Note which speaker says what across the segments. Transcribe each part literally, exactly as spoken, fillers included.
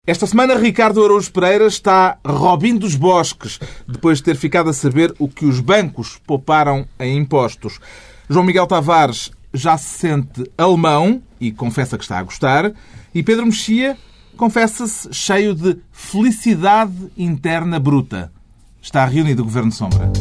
Speaker 1: Esta semana, Ricardo Araújo Pereira está Robin dos Bosques, depois de ter ficado a saber o que os bancos pouparam em impostos. João Miguel Tavares já se sente alemão e confessa que está a gostar. E Pedro Mexia confessa-se cheio de felicidade interna bruta. Está reunido o Governo Sombra.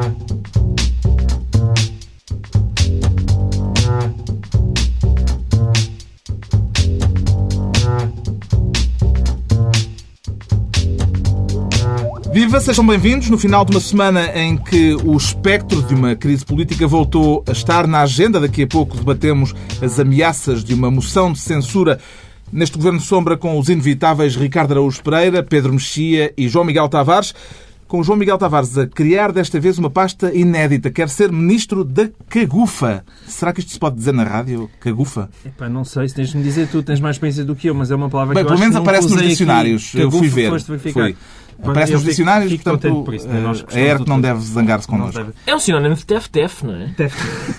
Speaker 1: Viva, sejam bem-vindos. No final de uma semana em que o espectro de uma crise política voltou a estar na agenda, daqui a pouco debatemos as ameaças de uma moção de censura neste Governo Sombra com os inevitáveis Ricardo Araújo Pereira, Pedro Mexia e João Miguel Tavares. Com o João Miguel Tavares a criar desta vez uma pasta inédita. Quer ser Ministro da Cagufa. Será que isto se pode dizer na rádio? Cagufa?
Speaker 2: Epá, não sei, se tens de me dizer tu, tens mais experiência do que eu, mas é uma palavra
Speaker 1: Bem,
Speaker 2: que eu
Speaker 1: pelo
Speaker 2: acho
Speaker 1: menos
Speaker 2: que
Speaker 1: aparece nos
Speaker 2: usei
Speaker 1: dicionários.
Speaker 2: Aqui.
Speaker 1: Eu fui ver.
Speaker 2: Fui.
Speaker 1: Aparece nos dicionários,
Speaker 2: fico
Speaker 1: portanto,
Speaker 2: por isso, né? Nós
Speaker 1: a E R C não deve zangar-se
Speaker 2: não
Speaker 1: connosco.
Speaker 2: deve.
Speaker 3: É um sinónimo de tef-tef, não é?
Speaker 2: Tef.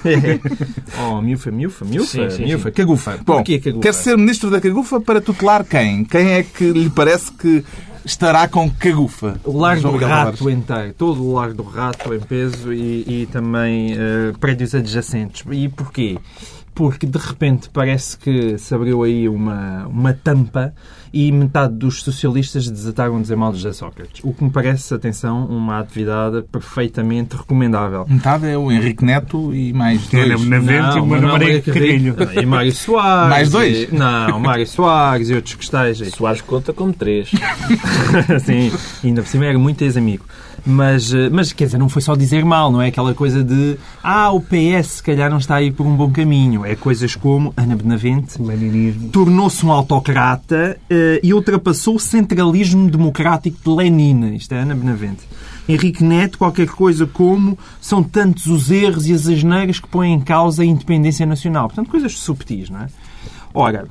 Speaker 2: Oh, miúfa, miúfa, miúfa,
Speaker 3: Sim, sim,
Speaker 2: miúfa.
Speaker 3: sim.
Speaker 2: Cagufa.
Speaker 1: Bom,
Speaker 2: Porquê cagufa?
Speaker 1: quer ser Ministro da Cagufa para tutelar quem? Quem é que lhe parece que estará com cagufa?
Speaker 2: O Largo
Speaker 1: João
Speaker 2: do
Speaker 1: Miguel
Speaker 2: Rato
Speaker 1: Tavares.
Speaker 2: inteiro. Todo o Largo do Rato em peso e, e também uh, prédios adjacentes. E porquê? Porque de repente parece que se abriu aí uma, uma tampa e metade dos socialistas desataram a dizer mal de José Sócrates. O que me parece, atenção, uma atividade perfeitamente recomendável.
Speaker 1: Metade é o Henrique Neto e mais dois.
Speaker 4: Na Vente e o Manuel Maria Carrilho.
Speaker 2: E Mário Soares.
Speaker 1: Mais dois?
Speaker 2: E, não, Mário Soares e outros que estejam.
Speaker 3: Soares conta como três.
Speaker 2: Sim, ainda por cima era muito ex-amigo. Mas, mas, quer dizer, não foi só dizer mal, não é aquela coisa de ah, o P S se calhar não está aí por um bom caminho. É coisas como Ana Benavente tornou-se um autocrata uh, e ultrapassou o centralismo democrático de Lenin. Isto é Ana Benavente. Henrique Neto, qualquer coisa como são tantos os erros e as asneiras que põem em causa a independência nacional. Portanto, coisas subtis, não é? Ora,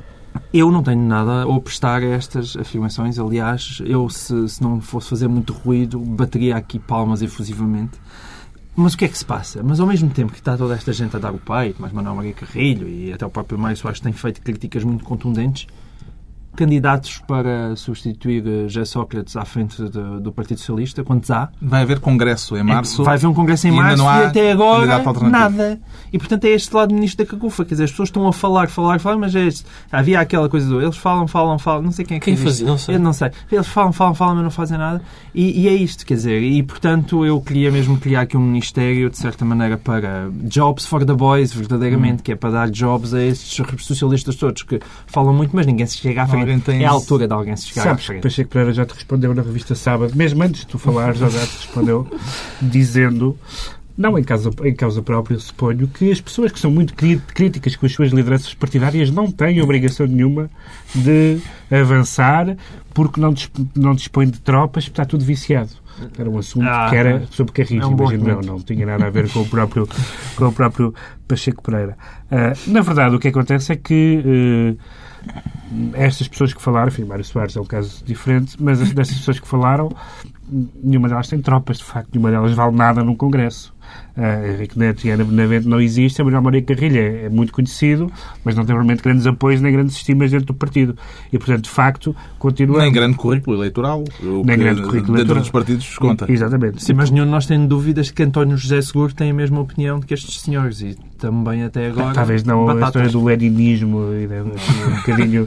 Speaker 2: eu não tenho nada a opostar a estas afirmações. Aliás, eu, se, se não fosse fazer muito ruído, bateria aqui palmas efusivamente. Mas o que é que se passa? Mas ao mesmo tempo que está toda esta gente a dar o peito, mais Manuel Maria Carrilho e até o próprio Mário Soares tem feito críticas muito contundentes, candidatos para substituir José Sócrates à frente do, do Partido Socialista, quantos há?
Speaker 1: Vai haver congresso em março.
Speaker 2: Vai haver um congresso em
Speaker 1: e
Speaker 2: março
Speaker 1: e
Speaker 2: até agora
Speaker 1: nada.
Speaker 2: E, portanto, é este lado do Ministro da Cagufa. Quer dizer, as pessoas estão a falar, falar, falar, mas é este. Havia aquela coisa do eles falam, falam, falam. Não sei quem é que
Speaker 3: Quem
Speaker 2: diz.
Speaker 3: fazia? Não sei.
Speaker 2: Eu não sei. Eles falam, falam, falam, mas não fazem nada. E, e é isto, quer dizer. E, portanto, eu queria mesmo criar aqui um ministério, de certa maneira, para jobs for the boys, verdadeiramente, hum. que é para dar jobs a estes socialistas todos que falam muito, mas ninguém se chega à frente.
Speaker 1: Tem...
Speaker 2: É a altura de alguém se chegar
Speaker 4: Sabes,
Speaker 2: à frente.
Speaker 4: Pacheco Pereira já te respondeu na revista Sábado, mesmo antes de tu falares, já te respondeu, dizendo, não em causa, em causa própria, suponho, que as pessoas que são muito críticas com as suas lideranças partidárias não têm obrigação nenhuma de avançar porque não, disp- não dispõem de tropas, está tudo viciado. Era um assunto
Speaker 2: ah,
Speaker 4: que era sobre Carrilho,
Speaker 2: é um
Speaker 4: imagino eu, não tinha nada a ver com o próprio, com o próprio Pacheco Pereira. Uh, na verdade, o que acontece é que uh, estas pessoas que falaram, enfim, Mário Soares é um caso diferente, mas destas pessoas que falaram, nenhuma delas tem tropas, de facto, nenhuma delas vale nada num congresso. Uh, Henrique Neto e Ana Benavente não existem, Manuel Maria Carrilho é, é muito conhecido, mas não tem realmente grandes apoios nem grandes estimas dentro do partido. E, portanto, de facto, continua...
Speaker 1: Nem grande currículo eleitoral. O
Speaker 4: nem
Speaker 1: que
Speaker 4: grande currículo
Speaker 1: dentro
Speaker 4: eleitoral.
Speaker 1: dos partidos conta.
Speaker 4: Exatamente.
Speaker 2: Sim, mas nenhum de nós tem dúvidas que António José Seguro tem a mesma opinião que estes senhores e também até agora...
Speaker 4: Talvez não
Speaker 2: batatas.
Speaker 4: a história do leninismo, assim, um bocadinho...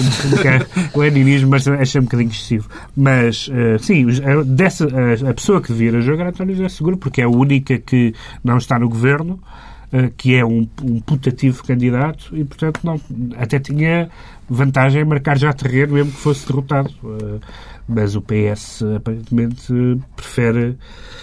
Speaker 4: o leninismo, mas achei um bocadinho excessivo. Mas, uh, sim, dessa, a, a pessoa que devia ir a jogar é António José Seguro, porque é a única que não está no governo, uh, que é um, um putativo candidato e, portanto, não, até tinha vantagem em marcar já terreno, mesmo que fosse derrotado. Uh, mas o P S, aparentemente, prefere...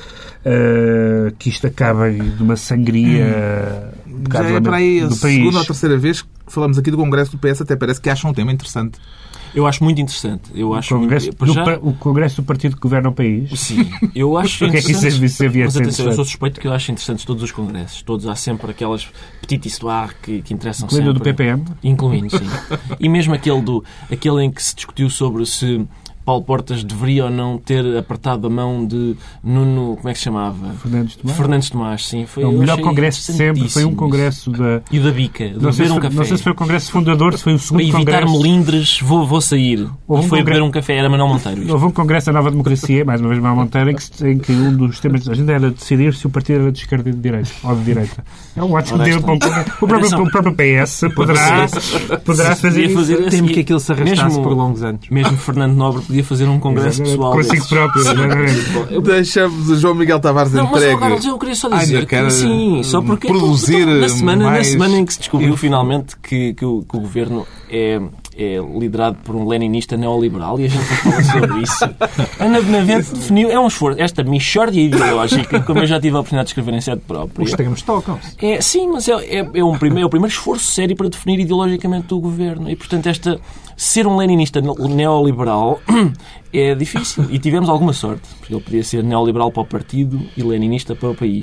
Speaker 4: Uh, que isto acabe de uma sangria
Speaker 1: hum. Já é para aí a
Speaker 4: do país.
Speaker 1: segunda ou terceira vez que falamos aqui do Congresso do P S, até parece que acham um tema interessante.
Speaker 3: Eu acho muito interessante. Eu acho
Speaker 4: o, Congresso
Speaker 3: muito...
Speaker 4: do,
Speaker 3: já...
Speaker 4: o Congresso do Partido que governa o país?
Speaker 3: Sim. Eu acho
Speaker 4: o que é que isso, isso havia
Speaker 3: Mas
Speaker 4: de ser
Speaker 3: atenção, eu sou
Speaker 4: interessante?
Speaker 3: suspeito que eu acho interessantes todos os congressos. Todos há sempre aquelas petite histoire que, que interessam
Speaker 4: Incluindo
Speaker 3: sempre.
Speaker 4: do P P M?
Speaker 3: Incluindo, sim. E mesmo aquele, do, aquele em que se discutiu sobre se Paulo Portas deveria ou não ter apertado a mão de Nuno, como é que se chamava?
Speaker 4: Fernandes Tomás.
Speaker 3: Fernandes Tomás, sim. Foi,
Speaker 4: É o
Speaker 3: eu
Speaker 4: melhor
Speaker 3: achei
Speaker 4: congresso de sempre. Foi um congresso da...
Speaker 3: E o da Bica, de
Speaker 4: Não sei,
Speaker 3: beber
Speaker 4: se
Speaker 3: um
Speaker 4: foi,
Speaker 3: café.
Speaker 4: não sei se foi o congresso fundador, se foi o segundo
Speaker 3: Para evitar
Speaker 4: congresso.
Speaker 3: melindres, vou, vou sair.
Speaker 4: Houve
Speaker 3: E
Speaker 4: um
Speaker 3: foi
Speaker 4: congre-
Speaker 3: beber um café, era Manuel Monteiro. isto.
Speaker 4: Houve um congresso da Nova Democracia, mais uma vez Manuel Monteiro, em que, se- em que um dos temas da agenda era decidir se o partido era de esquerda ou de direita. Ou de direita. É um ótimo
Speaker 3: Ora,
Speaker 4: tema
Speaker 3: está.
Speaker 4: para um congresso. O próprio, o próprio P S poderá, poderá fazer
Speaker 3: Podia
Speaker 4: isso.
Speaker 3: fazer assim.
Speaker 2: Temo que aquilo se arrastasse
Speaker 3: Mesmo-
Speaker 2: por longos anos.
Speaker 3: Mesmo Fernando Nobre podia fazer um congresso pessoal.
Speaker 4: Consigo
Speaker 3: desses.
Speaker 4: próprio. exatamente.
Speaker 3: Eu-
Speaker 1: Deixamos o João Miguel Tavares
Speaker 3: Não, mas
Speaker 1: entregue.
Speaker 3: oh, Carlos, eu queria só
Speaker 1: Ai,
Speaker 3: dizer
Speaker 1: ainda quer
Speaker 3: que sim, só porque
Speaker 1: produzir
Speaker 3: na semana,
Speaker 1: mais
Speaker 3: na semana em que se descobriu
Speaker 1: info.
Speaker 3: finalmente que, que, o, que o governo é, é liderado por um leninista neoliberal e a gente não fala sobre isso. Ana Benavente definiu, é um esforço, esta mixórdia ideológica, como eu já tive a oportunidade de escrever em sede própria.
Speaker 2: Os extremos tocam-se.
Speaker 3: É, sim, mas é, é, é, um primeiro, é o primeiro esforço sério para definir ideologicamente o governo. E, portanto, esta, ser um leninista neoliberal é difícil. E tivemos alguma sorte, porque ele podia ser neoliberal para o partido e leninista para o país.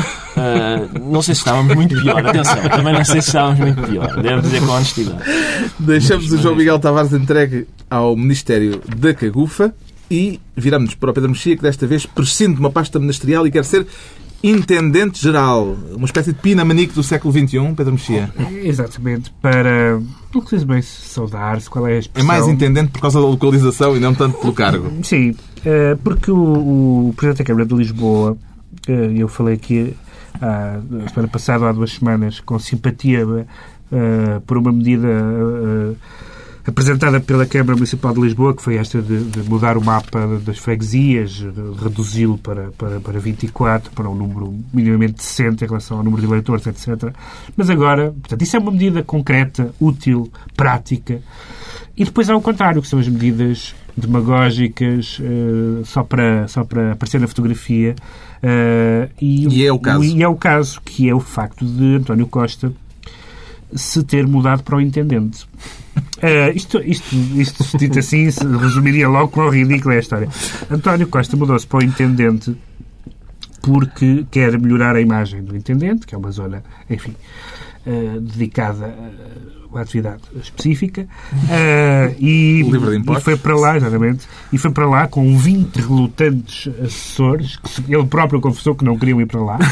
Speaker 3: Uh, não sei se estávamos muito pior. Atenção, também não sei se estávamos muito pior. Devo dizer com honestidade.
Speaker 1: Deixamos o João Miguel Tavares entregue ao Ministério da Cagufa e viramos para o Pedro Mexia, que desta vez prescinde de uma pasta ministerial e quer ser Intendente-Geral. Uma espécie de pinamanique do século vinte e um, Pedro Mexia.
Speaker 4: Exatamente. Para, não sei bem saudar-se, qual é a
Speaker 1: É
Speaker 4: expressão.
Speaker 1: mais intendente por causa da localização e não tanto pelo cargo.
Speaker 4: Sim, eh, porque o, o Presidente da Câmara de Lisboa, eh, eu falei aqui há, a semana passada, há duas semanas, com simpatia eh, por uma medida eh, apresentada pela Câmara Municipal de Lisboa, que foi esta de, de mudar o mapa das freguesias, de reduzi-lo para, para, para vinte e quatro, para um número minimamente decente em relação ao número de eleitores, etcétera. Mas agora, portanto, isso é uma medida concreta, útil, prática. E depois há o contrário, que são as medidas demagógicas, uh, só, para, só para aparecer na fotografia. Uh, e,
Speaker 1: E é o caso.
Speaker 4: E é o caso, que é o facto de António Costa se ter mudado para o Intendente. Uh, isto, isto, isto dito assim, se resumiria logo com o ridículo é a história. António Costa mudou-se para o Intendente porque quer melhorar a imagem do Intendente, que é uma zona, enfim, uh, dedicada a uma atividade específica, uh, e,
Speaker 1: Livre de impostos.
Speaker 4: e foi para lá, exatamente, e foi para lá com vinte relutantes assessores, que ele próprio confessou que não queriam ir para lá.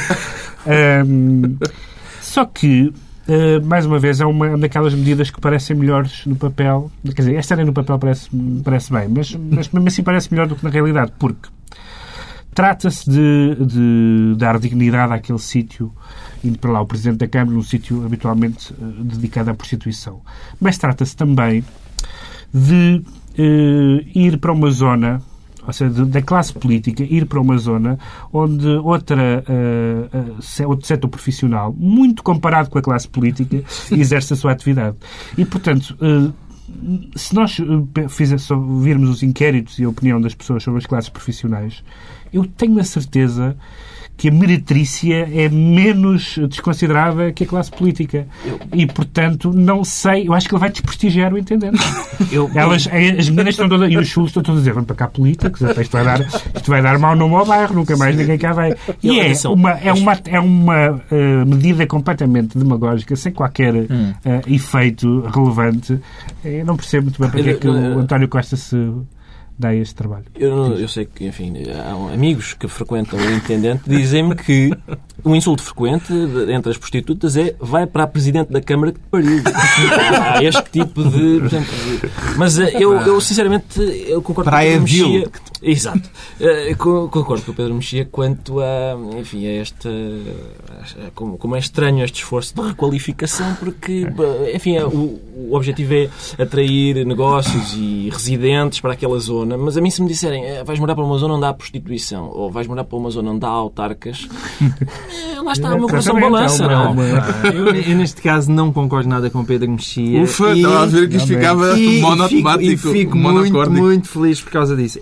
Speaker 4: Um, só que Uh, mais uma vez, é uma daquelas medidas que parecem melhores no papel. Quer dizer, esta nem no papel parece, parece bem, mas, mas mesmo assim parece melhor do que na realidade, porque trata-se de, de dar dignidade àquele sítio, indo para lá o Presidente da Câmara, num sítio habitualmente uh, dedicado à prostituição. Mas trata-se também de uh, ir para uma zona, ou seja, da classe política, ir para uma zona onde outra, uh, uh, outro setor profissional, muito comparado com a classe política, exerce a sua atividade. E, portanto, uh, se nós uh, fizesse, virmos os inquéritos e a opinião das pessoas sobre as classes profissionais, eu tenho a certeza que a meretrícia é menos desconsiderada que a classe política. E, portanto, não sei... Eu acho que ele vai desprestigiar o Intendente.
Speaker 3: Eu,
Speaker 4: Elas, as meninas estão todas... E os chulos estão todos a dizer, vamos para cá políticos, isto vai dar, isto vai dar mau nome ao bairro, nunca mais ninguém cá vai. E é uma, é uma, é uma uh, medida completamente demagógica, sem qualquer uh, efeito relevante. Eu não percebo muito bem porque é que o António Costa se... dá este trabalho.
Speaker 3: Eu, eu sei que, enfim, há amigos que frequentam o Intendente dizem-me que o insulto frequente entre as prostitutas é vai para a Presidente da Câmara que te pariu. Há este tipo de... Portanto, de mas eu, eu, sinceramente, eu concordo
Speaker 1: para
Speaker 3: com o Pedro
Speaker 1: Edil.
Speaker 3: Mexia. Exato. Eu concordo com o Pedro Mexia quanto a, enfim, a esta... Como, como é estranho este esforço de requalificação, porque, enfim, o, o objetivo é atrair negócios e residentes para aquela zona. Mas a mim, se me disserem vais morar para uma zona onde há prostituição ou vais morar para uma zona onde há autarcas, é, lá está, o meu coração balança,
Speaker 4: é
Speaker 3: não?
Speaker 4: uma-
Speaker 2: Eu, eu, neste caso, não concordo nada com o Pedro Mexia.
Speaker 1: Ufa,
Speaker 2: E-
Speaker 1: estava a ver que isto ficava
Speaker 2: e
Speaker 1: monotemático.
Speaker 2: Fico, e fico muito,
Speaker 1: monocórdico.
Speaker 2: muito feliz por causa disso. É, é porque eu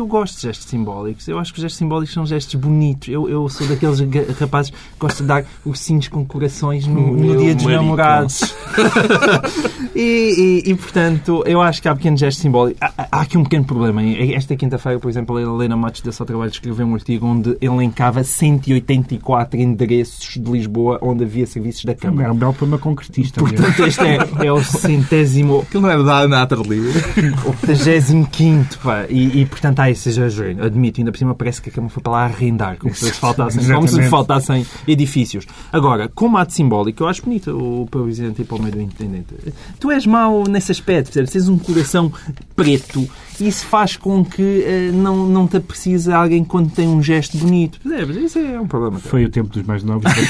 Speaker 2: eu gosto de gestos simbólicos. Eu acho que os gestos simbólicos são gestos bonitos. Eu, eu sou daqueles rapazes que gostam de dar ursinhos com corações no, no dia dos
Speaker 3: marido,
Speaker 2: namorados. e, e, e, portanto, eu acho que há pequenos gestos simbólicos. Há, há aqui um pequeno problema. Esta quinta-feira, por exemplo, a Helena Matos deu-se ao trabalho de escrever um artigo onde elencava cento e oitenta e quatro endereços de Lisboa onde havia serviços da Câmara.
Speaker 4: Era um belo problema concretista.
Speaker 2: Portanto, este é, é o centésimo...
Speaker 1: Aquilo não era da Ana Atterley.
Speaker 2: O octagésimo quinto, pá. E, e, portanto, há esse exagero. Admito, ainda por cima parece que a Câmara foi para lá arrendar, como se faltassem, como se faltassem edifícios. Agora, como ato simbólico, eu acho bonito o Presidente ir para o meio do Intendente. Tu és mau nesse aspecto, percebes? Tens um coração preto e isso faz com que uh, não, não te aprecie alguém quando tem um gesto bonito. Percebes? Isso é um problema.
Speaker 4: Foi o tempo dos mais novos da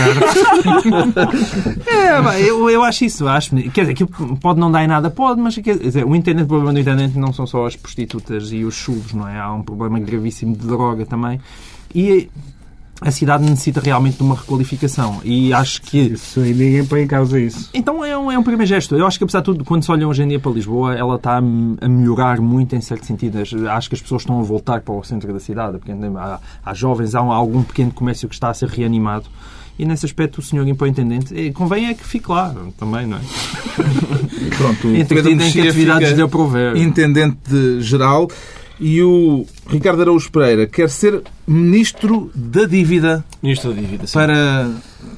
Speaker 4: tarde.
Speaker 2: é, pá, eu, eu acho isso. Acho, quer dizer, aquilo pode não dar em nada, pode, mas quer dizer, o Intendente, o problema do Intendente não são só as prostitutas e os churros, não é? Há um problema gravíssimo de droga também. E a cidade necessita realmente de uma requalificação. E acho que...
Speaker 4: Isso aí ninguém põe em causa isso.
Speaker 2: Então é um, é um primeiro gesto. Eu acho que, apesar de tudo, quando se olha hoje em dia para Lisboa, ela está a melhorar muito em certo sentido. Acho que as pessoas estão a voltar para o centro da cidade. Porque há, há jovens, há algum pequeno comércio que está a ser reanimado. E nesse aspecto o senhor impõe intendente. Convém é que fique lá também, não é?
Speaker 1: Pronto, o
Speaker 2: Entre em que atividades deu para ver.
Speaker 1: Intendente geral. E o Ricardo Araújo Pereira quer ser Ministro da Dívida.
Speaker 3: Ministro da Dívida, sim.
Speaker 1: Para...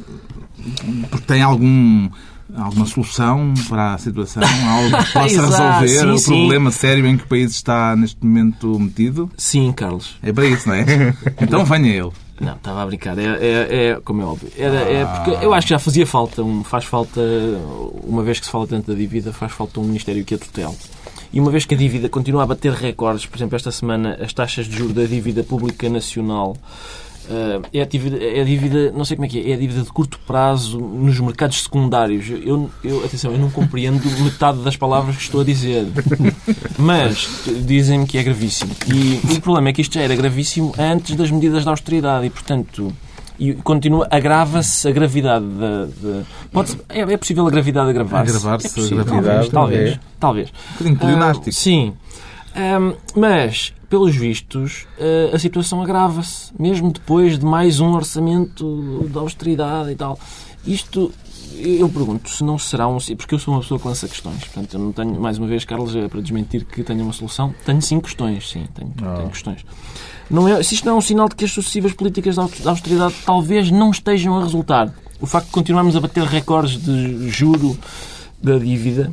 Speaker 1: Porque tem algum... alguma solução para a situação? Algo que possa resolver
Speaker 3: sim,
Speaker 1: o
Speaker 3: sim.
Speaker 1: problema sério em que o país está neste momento metido?
Speaker 3: Sim, Carlos.
Speaker 1: É para isso, não é? Então venha ele.
Speaker 3: Não, estava a brincar. É, é, é como é óbvio. É, é porque eu acho que já fazia falta, um, faz falta, uma vez que se fala tanto da dívida, faz falta um Ministério que a tutele. E uma vez que a dívida continua a bater recordes, por exemplo, esta semana as taxas de juros da dívida pública nacional, uh, é, a dívida, é a dívida, não sei como é que é, é a dívida de curto prazo nos mercados secundários. Eu, eu, atenção, eu não compreendo metade das palavras que estou a dizer. Mas dizem-me que é gravíssimo. E o problema é que isto já era gravíssimo antes das medidas de austeridade e, portanto... E continua, agrava-se a gravidade da... da pode é, é possível a gravidade agravar-se?
Speaker 1: Agravar-se
Speaker 3: é possível,
Speaker 1: a gravidade.
Speaker 3: Talvez,
Speaker 1: é.
Speaker 3: talvez.
Speaker 1: Um bocadinho pleonástico.
Speaker 3: Uh, sim. Um, mas, pelos vistos, uh, a situação agrava-se, mesmo depois de mais um orçamento de austeridade e tal. Isto... Eu pergunto se não será um... Porque eu sou uma pessoa que lança questões. Portanto, eu não tenho, mais uma vez, Carlos, para desmentir que tenha uma solução, tenho sim questões. Sim, tenho, oh. tenho questões. Não é, se isto não é um sinal de que as sucessivas políticas de austeridade talvez não estejam a resultar. O facto de continuarmos a bater recordes de juro da dívida...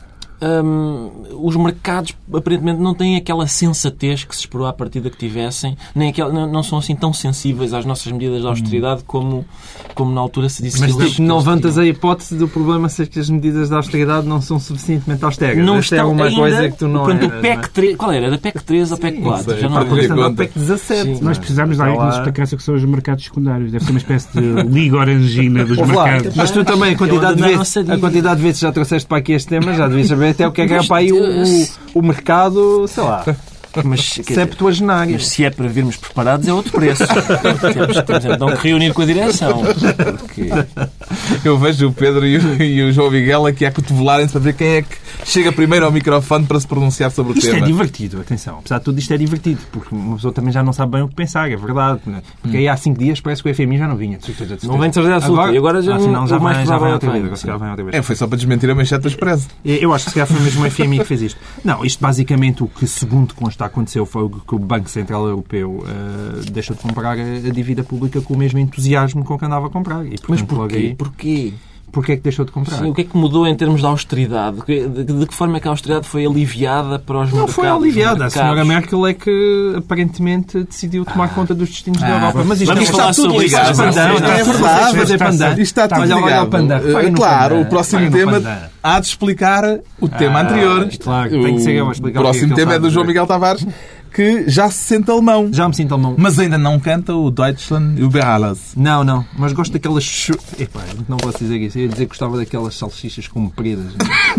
Speaker 3: Hum, os mercados aparentemente não têm aquela sensatez que se esperou à partida que tivessem, nem aquela, não, não são assim tão sensíveis às nossas medidas de austeridade como, como na altura se disse.
Speaker 2: Mas
Speaker 3: que
Speaker 2: tipo, não levantas a hipótese do problema ser que as medidas de austeridade não são suficientemente austeras.
Speaker 3: Não
Speaker 2: Esta
Speaker 3: estão
Speaker 2: é uma
Speaker 3: ainda,
Speaker 2: coisa que tu não
Speaker 3: quando
Speaker 2: eras,
Speaker 3: o P E C três, qual era? Da P E C três ao P E C quatro?
Speaker 1: Sei,
Speaker 3: já não
Speaker 1: porque
Speaker 3: lembro.
Speaker 2: ao P E C dezassete.
Speaker 3: Sim.
Speaker 4: Nós precisamos de alguém que nos explicasse o que são os mercados secundários. Deve ser uma espécie de liga orangina dos mercados.
Speaker 2: Mas tu também, a quantidade, de vezes, a quantidade de vezes que já trouxeste para aqui este tema, já devias saber até o que é que é para aí o, o, o mercado, sei lá,
Speaker 3: mas,
Speaker 2: septuagenário.
Speaker 3: Mas se é para virmos preparados é outro preço. temos, temos então que reunir com a direção. Porque...
Speaker 1: Eu vejo o Pedro e o, e o João Miguel aqui a cotovelarem-se para ver quem é que chega primeiro ao microfone para se pronunciar sobre o
Speaker 2: isto
Speaker 1: tema.
Speaker 2: Isto é divertido, atenção. Apesar de tudo, isto é divertido, porque uma pessoa também já não sabe bem o que pensar, é verdade. Porque hum. aí há cinco dias parece que o F M I já não vinha. De certeza, de certeza.
Speaker 3: Não vem de certeza absoluta.
Speaker 2: Agora,
Speaker 3: e agora já,
Speaker 2: afinal, já,
Speaker 3: mais
Speaker 2: vai, já vai outra
Speaker 3: vem,
Speaker 2: vez. Agora, vai outra vez.
Speaker 1: É, foi só para desmentir a manchete do Expresso.
Speaker 2: Eu acho que se calhar foi mesmo o F M I que fez isto. Não, isto basicamente o que, segundo consta, aconteceu foi que o Banco Central Europeu uh, deixou de comprar a, a dívida pública com o mesmo entusiasmo com que andava a comprar. E, portanto,
Speaker 3: mas porquê?
Speaker 2: Aí,
Speaker 3: porquê?
Speaker 2: Porquê é que deixou de comprar?
Speaker 3: Sim, o que é que mudou em termos de austeridade? De, de, de que forma é que a austeridade foi aliviada para os
Speaker 2: não
Speaker 3: mercados?
Speaker 2: Não foi aliviada.
Speaker 3: Mercados?
Speaker 2: A senhora Merkel é que aparentemente decidiu tomar ah. conta dos destinos ah. da Europa. Mas isto
Speaker 3: Vamos
Speaker 2: não
Speaker 3: falar sobre isso.
Speaker 1: É verdade. Isto está tudo ligado. Claro, o próximo tema há de explicar o tema anterior.
Speaker 2: Claro, tem que ser eu a explicar.
Speaker 1: O próximo tema é do João Miguel Tavares, que já se sente alemão.
Speaker 2: Já me sinto alemão.
Speaker 1: Mas ainda não canta o Deutschland über alles.
Speaker 2: Não, não. Mas gosto daquelas... Chu... Epá, não posso dizer isso. Eu ia dizer que gostava daquelas salsichas compridas.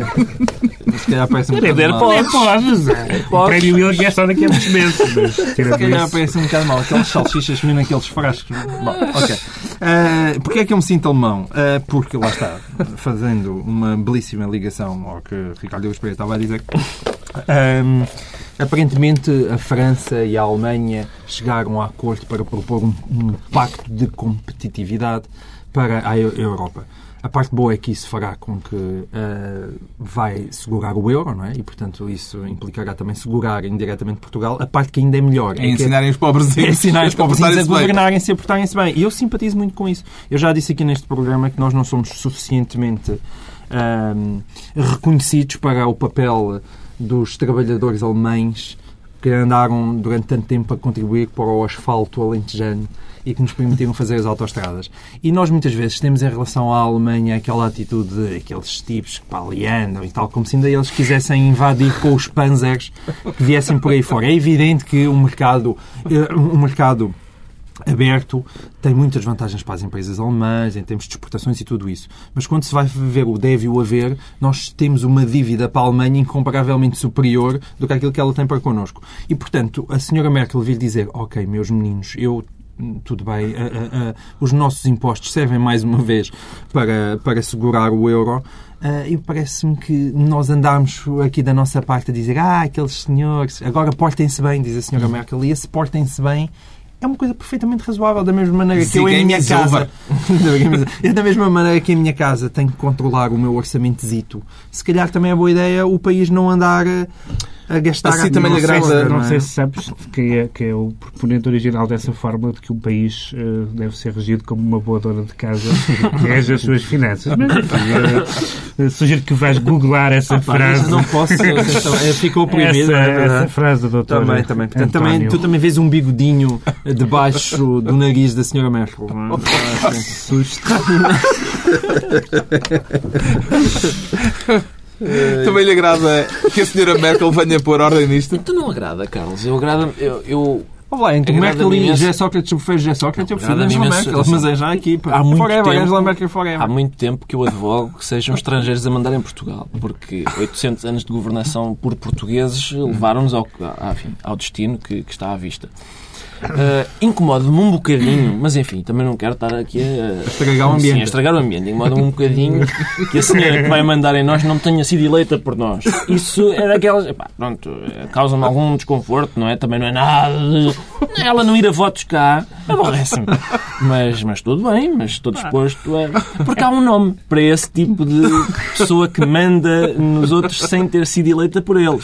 Speaker 2: Mas se calhar parece um bocado mal.
Speaker 4: Pode, pode. O prémio William é só daqui a muitos meses.
Speaker 2: Se calhar parece um bocado mal. Aquelas salsichas mesmo naqueles frascos. Bom, ok. Uh, Porquê é que eu me sinto alemão? Uh, porque, lá está, fazendo uma belíssima ligação ao que Ricardo Araújo Pereira estava a dizer... Um, Aparentemente, a França e a Alemanha chegaram a acordo para propor um, um pacto de competitividade para a Europa. A parte boa é que isso fará com que uh, vai segurar o euro, não é? E, portanto, isso implicará também segurar indiretamente Portugal. A parte que ainda é melhor
Speaker 1: É,
Speaker 2: é
Speaker 1: ensinarem
Speaker 2: que,
Speaker 1: os pobrezinhos,
Speaker 2: é ensinar os pobrezinhos a governarem-se e a portarem-se bem. E eu simpatizo muito com isso. Eu já disse aqui neste programa que nós não somos suficientemente uh, reconhecidos para o papel dos trabalhadores alemães que andaram durante tanto tempo a contribuir para o asfalto alentejano e que nos permitiram fazer as autoestradas. E nós muitas vezes temos em relação à Alemanha aquela atitude de aqueles tipos que para ali andam e tal, como se ainda eles quisessem invadir com os panzers que viessem por aí fora. É evidente que o mercado, o mercado aberto tem muitas vantagens para as empresas alemãs em termos de exportações e tudo isso. Mas quando se vai ver o deve e o haver, nós temos uma dívida para a Alemanha incomparavelmente superior do que aquilo que ela tem para connosco. E, portanto, a senhora Merkel vir dizer, ok, meus meninos, eu tudo bem, uh, uh, uh, os nossos impostos servem mais uma vez para, para segurar o euro. Uh, e parece-me que nós andarmos aqui da nossa parte a dizer ah, aqueles senhores, agora portem-se bem, diz a senhora Merkel, e esse portem-se bem é uma coisa perfeitamente razoável, da mesma maneira que eu em minha casa eu, da mesma maneira que em minha casa tenho que controlar o meu orçamentozito, se calhar também é boa ideia o país não andar a, a gastar
Speaker 1: assim
Speaker 2: a
Speaker 1: também lhe agrada.
Speaker 4: Não, não sei se sabes que é, que é o proponente original dessa fórmula de que um país uh, deve ser regido como uma boa dona de casa que rege as suas finanças. Mas enfim, uh, uh, sugiro que vais googlar essa
Speaker 2: ah,
Speaker 4: frase.
Speaker 2: Pá, não posso, ficou proibido.
Speaker 4: Essa,
Speaker 2: é
Speaker 4: essa frase do doutor
Speaker 2: também, também. Portanto, também. Tu também vês um bigodinho debaixo do nariz da senhora Merkel.
Speaker 4: Ah, susto.
Speaker 1: Também lhe agrada que a senhora Merkel venha pôr ordem nisto?
Speaker 3: Então não agrada, Carlos. Eu agrada... Eu, eu...
Speaker 2: Olha lá, entre Merkel e José Sócrates, eu prefiro José Sócrates, eu prefiro Angela Merkel. Mas é já aqui.
Speaker 3: Há muito
Speaker 2: forever,
Speaker 3: tempo,
Speaker 2: Angela Merkel forever.
Speaker 3: Há muito tempo que eu advogo que sejam estrangeiros a mandar em Portugal. Porque oitocentos anos de governação por portugueses levaram-nos ao, enfim, ao destino que, que está à vista. Uh, incomoda-me um bocadinho, mas enfim, também não quero estar aqui a
Speaker 2: estragar o ambiente.
Speaker 3: Sim, a estragar o ambiente. Incomoda-me um bocadinho que a senhora que vai mandar em nós não tenha sido eleita por nós. Isso é daquelas. Epá, pronto, causa-me algum desconforto, não é? Também não é nada. De... Ela não ir a votos cá, aborrece-me. Mas, mas tudo bem, mas estou disposto a. Porque há um nome para esse tipo de pessoa que manda nos outros sem ter sido eleita por eles.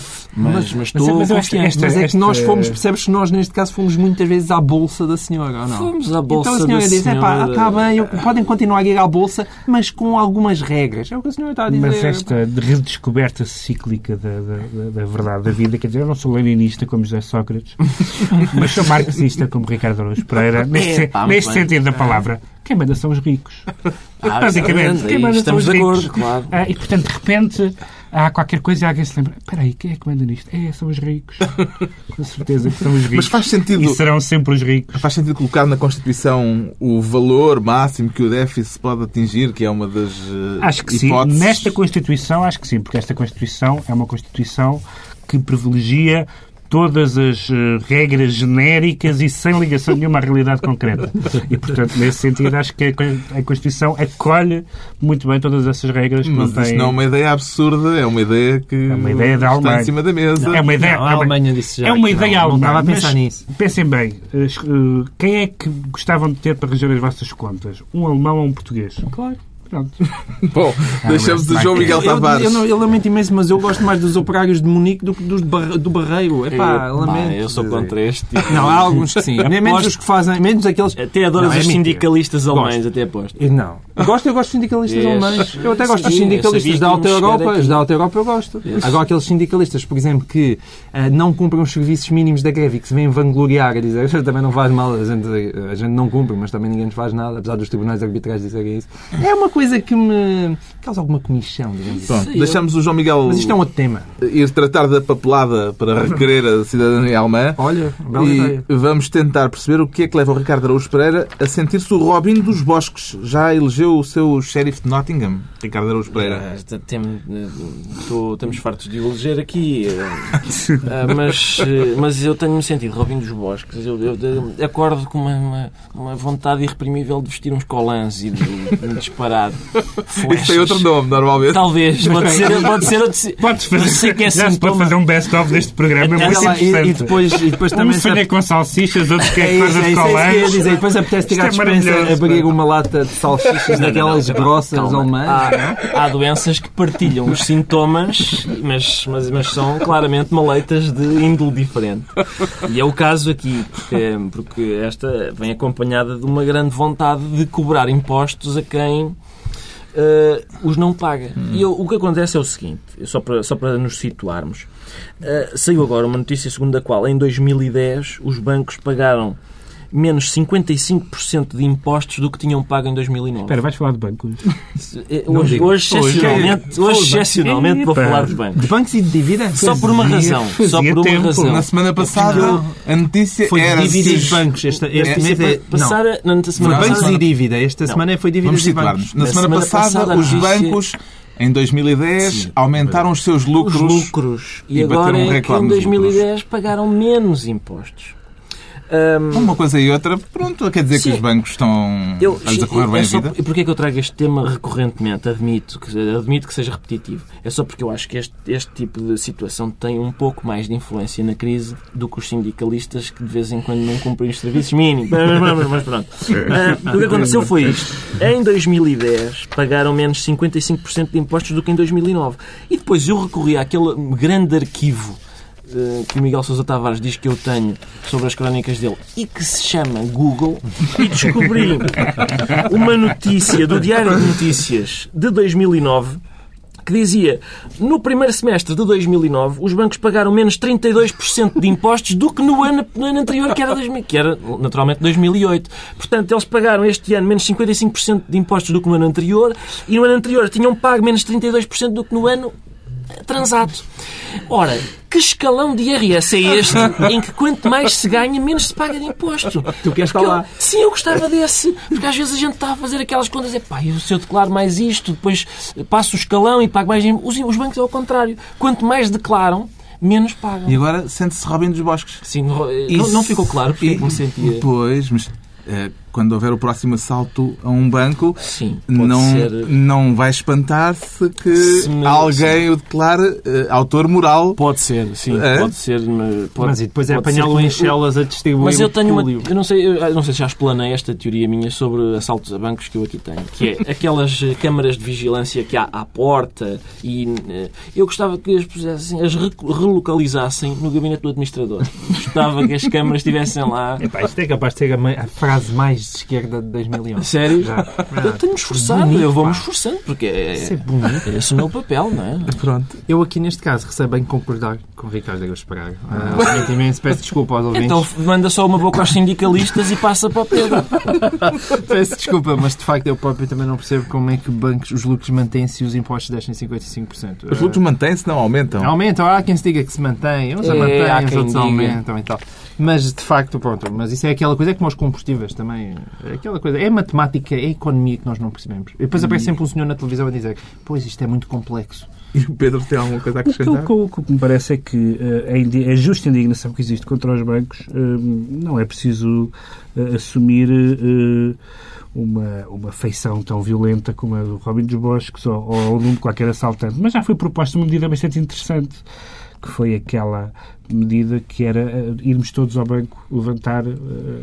Speaker 3: Mas, mas estou
Speaker 2: mas,
Speaker 3: confiante.
Speaker 2: Esta, mas é que nós fomos, percebes que nós neste caso fomos muitas vezes à bolsa da senhora, ou não?
Speaker 3: Fomos à bolsa
Speaker 2: então a senhora
Speaker 3: da
Speaker 2: diz,
Speaker 3: senhora...
Speaker 2: pá, está bem, podem continuar a ir à bolsa, mas com algumas regras. É o que a senhora está a dizer.
Speaker 4: Mas esta redescoberta cíclica da, da, da verdade da vida, quer dizer, eu não sou leninista como José Sócrates, mas sou marxista como Ricardo Araújo Pereira, neste,
Speaker 3: é, pá,
Speaker 4: neste sentido da palavra. Quem manda são os ricos.
Speaker 3: Ah,
Speaker 4: basicamente, quem manda são os
Speaker 3: de
Speaker 4: ricos.
Speaker 3: Acordo, claro.
Speaker 4: Ah, e, portanto, de repente, há qualquer coisa e alguém se lembra. Espera aí, quem é que manda nisto? É, são os ricos. Com certeza que são os ricos.
Speaker 1: Mas faz sentido...
Speaker 4: E serão sempre os ricos.
Speaker 1: Faz sentido colocar na Constituição o valor máximo que o déficit pode atingir, que é uma das uh,
Speaker 4: acho que
Speaker 1: hipóteses?
Speaker 4: Sim. Nesta Constituição, acho que sim, porque esta Constituição é uma Constituição que privilegia todas as uh, regras genéricas e sem ligação nenhuma à realidade concreta. E, portanto, nesse sentido, acho que a, a Constituição acolhe muito bem todas essas regras. Que
Speaker 1: Mas
Speaker 4: não
Speaker 1: isto
Speaker 4: têm...
Speaker 1: não é uma ideia absurda, é uma ideia que
Speaker 4: é uma ideia da
Speaker 1: está
Speaker 4: Alemanha.
Speaker 1: em cima da mesa.
Speaker 4: Não, é uma ideia,
Speaker 2: não, a Alemanha disse já
Speaker 4: é uma
Speaker 2: que
Speaker 4: ideia
Speaker 2: não,
Speaker 4: alemã.
Speaker 2: não estava a pensar
Speaker 4: mas
Speaker 2: nisso.
Speaker 4: Pensem bem, uh, quem é que gostavam de ter para reger as vossas contas? Um alemão ou um português?
Speaker 2: Claro.
Speaker 4: Pronto.
Speaker 1: Bom,
Speaker 4: Ah,
Speaker 1: deixamos de João Miguel
Speaker 2: Eu,
Speaker 1: Tavares.
Speaker 2: eu, não- eu lamento imenso, mas eu gosto mais dos operários de Munique do que dos de Barre- do Barreiro. Epá,
Speaker 3: eu,
Speaker 2: lamento.
Speaker 3: pá, eu sou contra este.
Speaker 2: Não, há alguns que sim. Menos os que fazem, menos aqueles...
Speaker 3: Até adoras
Speaker 2: Não, é
Speaker 3: os
Speaker 2: mentira.
Speaker 3: sindicalistas alemães,
Speaker 2: Gosto.
Speaker 3: até aposto.
Speaker 2: Eu Não. Gosto, eu gosto de sindicalistas
Speaker 3: Yes.
Speaker 2: alemães. Eu até gosto dos
Speaker 3: Sim,
Speaker 2: sindicalistas
Speaker 3: eu
Speaker 2: da
Speaker 3: sabia
Speaker 2: Alta
Speaker 3: que íamos
Speaker 2: Europa.
Speaker 3: chegar aqui.
Speaker 2: Os da Alta Europa eu gosto.
Speaker 3: Yes.
Speaker 2: Agora aqueles sindicalistas, por exemplo, que ah, não cumprem os serviços mínimos da greve e que se vêm vangloriar a dizer também não faz mal, a gente, a gente não cumpre, mas também ninguém nos faz nada, apesar dos tribunais arbitrais dizerem isso. É uma coisa que me causa alguma comichão, digamos assim.
Speaker 1: Pronto, deixamos o João Miguel
Speaker 2: Mas isto é um outro tema.
Speaker 1: ir tratar da papelada para requerer a cidadania alemã.
Speaker 2: Olha, bela
Speaker 1: E
Speaker 2: ideia.
Speaker 1: vamos tentar perceber o que é que leva o Ricardo Araújo Pereira a sentir-se o Robin dos Bosques. Já elegeu o seu sheriff de Nottingham, Ricardo Araújo Pereira.
Speaker 3: Ah, tem- eh, tô- estamos fartos de eleger aqui, eh, ah, mas, eh, mas eu tenho-me sentido Robin dos Bosques. Eu, eu- eu acordo com uma, uma, uma vontade irreprimível de vestir uns colãs e de, de disparar dar flechas.
Speaker 1: Isso tem outro nome, normalmente.
Speaker 3: Talvez. Pode ser, pode ser outro...
Speaker 4: Podes fazer,
Speaker 3: sei que é
Speaker 4: já se pode
Speaker 3: sintoma.
Speaker 4: fazer um best-of deste programa, é muito
Speaker 2: Olha lá, e,
Speaker 4: interessante.
Speaker 2: e depois, e depois também...
Speaker 4: Um sonha com salsichas, outros que é
Speaker 2: É
Speaker 4: coisa
Speaker 2: isso,
Speaker 4: de
Speaker 2: é isso, é isso que eu ia
Speaker 4: colantes.
Speaker 2: dizer. Depois apetece tirar a
Speaker 4: Isto é
Speaker 2: dispensa,
Speaker 4: maravilhoso,
Speaker 2: abrir
Speaker 4: pá.
Speaker 2: uma lata de salsichas daquelas grossas
Speaker 3: Calma.
Speaker 2: alemãs.
Speaker 3: Há, há doenças que partilham os sintomas, mas, mas, mas são claramente maleitas de índole diferente. E é o caso aqui, porque, porque esta vem acompanhada de uma grande vontade de cobrar impostos a quem uh, os não paga. Hum. E eu, o que acontece é o seguinte, só para, só para nos situarmos. Uh, saiu agora uma notícia segundo a qual, em dois mil e dez, os bancos pagaram menos cinquenta e cinco por cento de impostos do que tinham pago em dois mil e nove.
Speaker 4: Espera, vais falar de bancos?
Speaker 3: Hoje, hoje, excepcionalmente, hoje, excepcionalmente vou falar de bancos.
Speaker 2: De bancos e de dívida?
Speaker 3: Só por uma razão. Só por uma
Speaker 4: tempo.
Speaker 3: razão.
Speaker 1: Na semana passada, a notícia
Speaker 2: Foi
Speaker 1: era...
Speaker 2: dívidas
Speaker 1: se-
Speaker 2: de bancos. Este, este
Speaker 3: É,
Speaker 2: mês é...
Speaker 3: passar
Speaker 2: Não,
Speaker 3: a- na
Speaker 2: foi
Speaker 3: semana
Speaker 2: bancos
Speaker 3: passada-
Speaker 2: e dívida. Esta
Speaker 3: Não.
Speaker 2: semana foi dívidas
Speaker 1: Vamos
Speaker 2: e bancos.
Speaker 1: situar-nos. Na
Speaker 3: Na
Speaker 1: semana
Speaker 3: semana
Speaker 1: passada,
Speaker 3: passada, a
Speaker 1: os
Speaker 3: notícia-
Speaker 1: bancos, em dois mil e dez,
Speaker 3: Sim.
Speaker 1: aumentaram os seus
Speaker 3: Os
Speaker 1: lucros.
Speaker 3: lucros. E,
Speaker 1: e
Speaker 3: agora
Speaker 1: bateram um
Speaker 3: é que
Speaker 1: recorde
Speaker 3: em
Speaker 1: nos
Speaker 3: dois mil e dez
Speaker 1: lucros.
Speaker 3: pagaram menos impostos. Ahm,
Speaker 1: Uma coisa e outra, pronto, quer dizer
Speaker 3: Sim.
Speaker 1: que os bancos estão
Speaker 3: Eu,
Speaker 1: a decorrer
Speaker 3: é
Speaker 1: bem a
Speaker 3: só,
Speaker 1: vida.
Speaker 3: e porquê é que eu trago este tema recorrentemente? Admito que, admito que seja repetitivo. É só porque eu acho que este, este tipo de situação tem um pouco mais de influência na crise do que os sindicalistas que de vez em quando não cumprem os serviços mínimos. Mas pronto. Ah, o que aconteceu foi isto. Em dois mil e dez pagaram menos cinquenta e cinco por cento de impostos do que em dois mil e nove. E depois eu recorri àquele grande arquivo que o Miguel Sousa Tavares diz que eu tenho sobre as crónicas dele e que se chama Google, e descobri uma notícia do Diário de Notícias de dois mil e nove que dizia: no primeiro semestre de dois mil e nove os bancos pagaram menos trinta e dois por cento de impostos do que no ano, no ano anterior, que era, dois mil, que era naturalmente dois mil e oito. Portanto, eles pagaram este ano menos cinquenta e cinco por cento de impostos do que no ano anterior, e no ano anterior tinham pago menos trinta e dois por cento do que no ano transato. Ora, que escalão de I R S é este em que quanto mais se ganha, menos se paga de imposto?
Speaker 2: Tu queres
Speaker 3: Porque
Speaker 2: falar?
Speaker 3: eu- sim, eu gostava desse. Porque às vezes a gente está a fazer aquelas contas. É pá, se eu declaro mais isto, depois passo o escalão e pago mais... Os, os bancos é ao contrário. Quanto mais declaram, menos pagam.
Speaker 1: E agora sente-se Robin dos Bosques.
Speaker 3: Sim, não,
Speaker 1: Isso-
Speaker 3: não ficou claro porque é
Speaker 1: e-
Speaker 3: que me sentia...
Speaker 1: Pois, mas eh, quando houver o próximo assalto a um banco,
Speaker 3: Sim, pode
Speaker 1: não,
Speaker 3: ser...
Speaker 1: não vai espantar-se que
Speaker 3: Se me-
Speaker 1: alguém o declare eh, autor moral.
Speaker 3: Pode ser, sim,
Speaker 1: É?
Speaker 3: pode ser. Mas, pode,
Speaker 2: Mas e depois é
Speaker 3: pode
Speaker 2: apanhá-lo
Speaker 3: ser
Speaker 2: em
Speaker 3: que-
Speaker 2: chelas a distribuir
Speaker 3: Mas eu
Speaker 2: o
Speaker 3: tenho uma,
Speaker 2: púlio.
Speaker 3: eu não sei, eu não sei se já explanei esta teoria minha sobre assaltos a bancos que eu aqui tenho, que é aquelas eh, câmaras de vigilância que há à porta, e eh, eu gostava que as pusessem, as re- relocalizassem no gabinete do administrador. Gostava que as câmaras estivessem lá.
Speaker 2: Epá, isto é capaz de ser a, me- a frase mais de esquerda de dois mil e onze.
Speaker 3: Sério?
Speaker 2: Já.
Speaker 3: Eu tenho-me esforçado,
Speaker 2: Bonito,
Speaker 3: eu vou-me
Speaker 2: pá.
Speaker 3: esforçando, porque é,
Speaker 2: Isso é bonito.
Speaker 3: é esse o meu papel, não é?
Speaker 1: Pronto.
Speaker 2: Eu aqui neste caso recebo bem concordar com o Ricardo Araújo Pereira. Ah, lamento imenso, peço desculpa aos ouvintes.
Speaker 3: Então manda só uma boca aos sindicalistas e passa para o Pedro.
Speaker 2: Peço desculpa, mas de facto eu próprio também não percebo como é que bancos, os lucros mantêm-se e os impostos descem cinquenta e cinco por cento.
Speaker 1: Os lucros mantêm-se, não aumentam.
Speaker 2: Aumentam, há quem se diga que se mantém, uns
Speaker 3: É,
Speaker 2: a mantêm,
Speaker 3: há
Speaker 2: os
Speaker 3: quem
Speaker 2: outros
Speaker 3: diga.
Speaker 2: aumentam e tal. Mas de facto, pronto, mas isso é aquela coisa, é como os combustíveis também. É aquela coisa, é matemática, é economia que nós não percebemos. E depois aparece sempre um senhor na televisão a dizer: pois isto é muito complexo.
Speaker 1: E o Pedro tem alguma coisa a
Speaker 4: Aquilo
Speaker 1: acrescentar?
Speaker 4: que, o que me parece é que eh, a, indi- a justa indignação que existe contra os bancos eh, não é preciso eh, assumir eh, uma, uma feição tão violenta como a do Robin dos Bosques ou, ou de qualquer assaltante. Mas já foi proposta uma medida bastante interessante, que foi aquela medida que era eh, irmos todos ao banco levantar eh,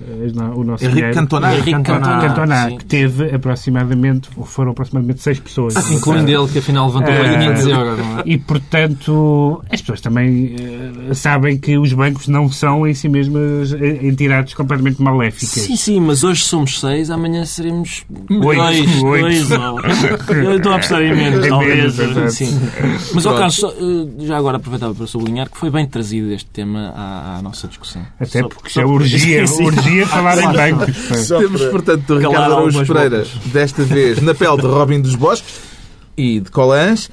Speaker 4: o nosso
Speaker 1: Henrique
Speaker 4: dinheiro.
Speaker 1: Cantona.
Speaker 3: Henrique Cantona,
Speaker 4: Cantona,
Speaker 3: sim.
Speaker 4: que teve aproximadamente, foram aproximadamente seis pessoas.
Speaker 2: Incluindo ele, que afinal levantou
Speaker 4: Eh,
Speaker 2: bem quinhentos euros. Não é?
Speaker 4: E, portanto, as pessoas também eh, sabem que os bancos não são em si mesmas eh, entidades completamente maléficas.
Speaker 3: Sim, sim, mas hoje somos seis, amanhã seremos
Speaker 4: Oito,
Speaker 3: dois.
Speaker 4: oito.
Speaker 3: dois ou... Eu estou a apostar em menos,
Speaker 4: Em
Speaker 3: talvez.
Speaker 4: menos, exato.
Speaker 3: Sim. Mas, ao caso, só, eh, já agora aproveitava para sublinhar que foi bem trazido este tema à, à nossa discussão.
Speaker 4: Até
Speaker 3: Só-
Speaker 4: porque
Speaker 3: só
Speaker 4: já
Speaker 3: por-
Speaker 4: urgia,
Speaker 3: Sim, sim.
Speaker 4: urgia falar em bancos. pá.
Speaker 3: Só
Speaker 1: Temos,
Speaker 3: para
Speaker 1: portanto, o
Speaker 3: calar
Speaker 1: Ricardo Araújo
Speaker 3: algumas
Speaker 1: Pereira, desta vez na pele de Robin dos Bosques e de Colãs.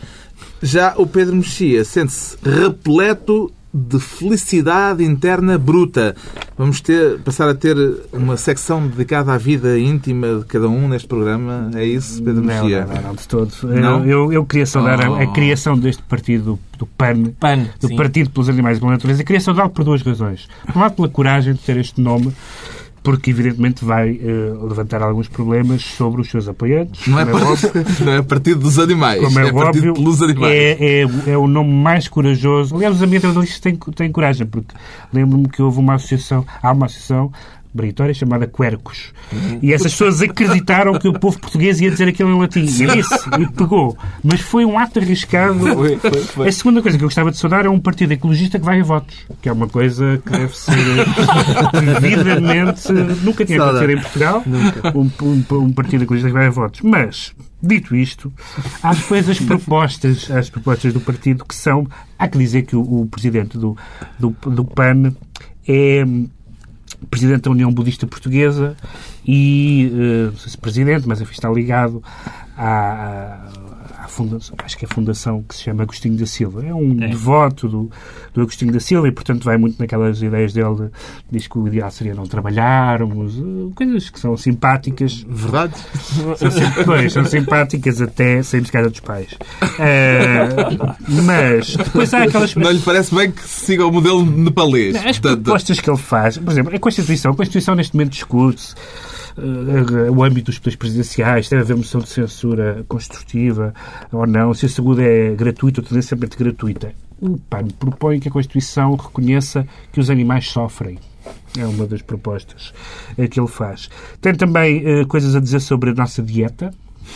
Speaker 1: Já o Pedro Mexia sente-se repleto de felicidade interna bruta. Vamos ter, passar a ter uma secção dedicada à vida íntima de cada um neste programa. É isso, Pedro
Speaker 4: Não,
Speaker 1: Mexia?
Speaker 4: não, não, não, de todo.
Speaker 1: Não?
Speaker 4: Eu, eu queria saudar a, a
Speaker 1: Oh.
Speaker 4: criação deste partido, do PAN,
Speaker 3: PAN,
Speaker 4: do
Speaker 3: sim.
Speaker 4: Partido pelos Animais e pela Natureza. Queria saudá-lo por duas razões. Por um lado, pela coragem de ter este nome, porque evidentemente vai uh, levantar alguns problemas sobre os seus apoiantes.
Speaker 1: Não é, é óbvio, não é partido dos animais,
Speaker 4: como é, é partido
Speaker 1: óbvio, pelos animais.
Speaker 4: É, é, é o nome mais corajoso. Aliás, os ambientalistas têm, têm coragem, porque lembro-me que houve uma associação, há uma associação britória chamada Quercus. Uhum. E essas pessoas acreditaram que o povo português ia dizer aquilo em latim. E disse, e pegou. Mas foi um ato arriscado.
Speaker 3: Foi, foi, foi.
Speaker 4: A segunda coisa que eu gostava de saudar é um partido ecologista que vai a votos. Que é uma coisa que deve ser devidamente... Nunca tinha acontecido em Portugal. Um, um, um partido ecologista que vai a votos. Mas... Dito isto, há depois as propostas, as propostas do partido que são... Há que dizer que o, o presidente do, do, do P A N é presidente da União Budista Portuguesa e, uh, não sei se presidente, mas enfim, está ligado à, à fundação, acho que é a fundação que se chama Agostinho da Silva. É um é. devoto do, do Agostinho da Silva e, portanto, vai muito naquelas ideias dele, de, diz que o ideal seria não trabalharmos, uh, coisas que são simpáticas.
Speaker 1: Verdade?
Speaker 4: São, pois, são simpáticas até sairmos de casa dos pais. Uh, mas, depois há aquelas...
Speaker 1: Não lhe parece bem que se siga o modelo nepalês?
Speaker 4: As propostas que ele faz, por exemplo, a Constituição, a Constituição neste momento discute-se uh, o âmbito dos poderes presidenciais, deve haver moção de censura construtiva ou não, se a saúde é gratuita ou tendencialmente gratuita. O P A N propõe que a Constituição reconheça que os animais sofrem. É uma das propostas uh, que ele faz. Tem também uh, coisas a dizer sobre a nossa dieta.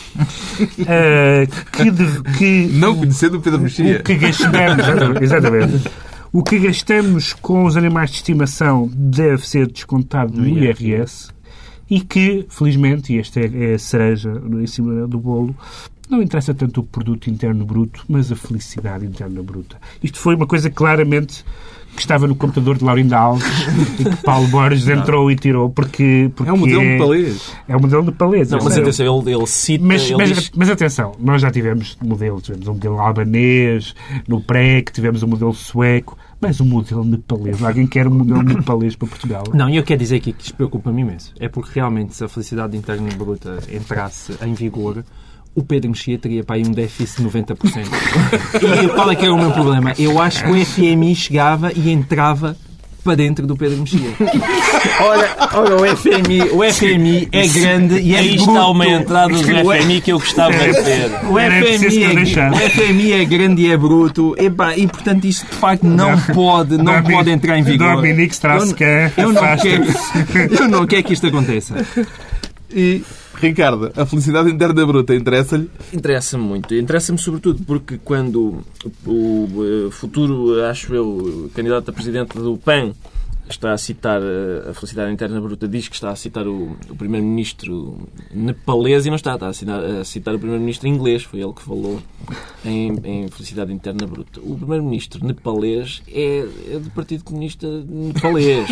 Speaker 4: uh, que, deve, que
Speaker 1: não conhecendo o Pedro Mexia.
Speaker 4: O que gastamos, exatamente. O que gastamos com os animais de estimação deve ser descontado no I R S e que, felizmente, e esta é a cereja em cima do bolo, não interessa tanto o produto interno bruto, mas a felicidade interna bruta. Isto foi uma coisa claramente que estava no computador de Laurinda Alves e que Paulo Borges entrou e tirou porque, porque
Speaker 1: é um modelo nepalês.
Speaker 4: É um modelo nepalês.
Speaker 3: Não, mas atenção, ele, ele cita...
Speaker 4: Mas,
Speaker 3: ele
Speaker 4: mas,
Speaker 3: diz...
Speaker 4: mas atenção, nós já tivemos modelos, tivemos um modelo albanês, no P R E C, tivemos um modelo sueco, mas um modelo nepalês. Alguém quer um modelo nepalês para Portugal?
Speaker 2: Não, e eu quero dizer aqui que isto preocupa-me imenso. É porque realmente se a felicidade interna bruta entrasse em vigor, o Pedro Mexia teria para aí um déficit de noventa por cento. E qual é que era o meu problema? Eu acho que o F M I chegava e entrava para dentro do Pedro Mexia. Olha, olha o F M I, o F M I é grande e é
Speaker 3: Aí
Speaker 2: bruto.
Speaker 3: está uma entrada do F M I que eu gostava de ver.
Speaker 2: O F M I é, o F M I é grande e é bruto. E, pá, e portanto, isso de facto não pode, não pode entrar em vigor.
Speaker 4: Dominique Strauss-Kahn,
Speaker 2: eu, eu, não quero, eu não quero que isto aconteça.
Speaker 1: E... Ricardo, a felicidade interna bruta interessa-lhe?
Speaker 3: Interessa-me muito. Interessa-me sobretudo porque quando o, o futuro, acho eu, candidato a presidente do P A N está a citar a felicidade interna bruta, diz que está a citar o, o primeiro-ministro nepalês e não está, está a citar, a citar o primeiro-ministro inglês, foi ele que falou em, em felicidade interna bruta. O primeiro-ministro nepalês é, é do Partido Comunista Nepalês.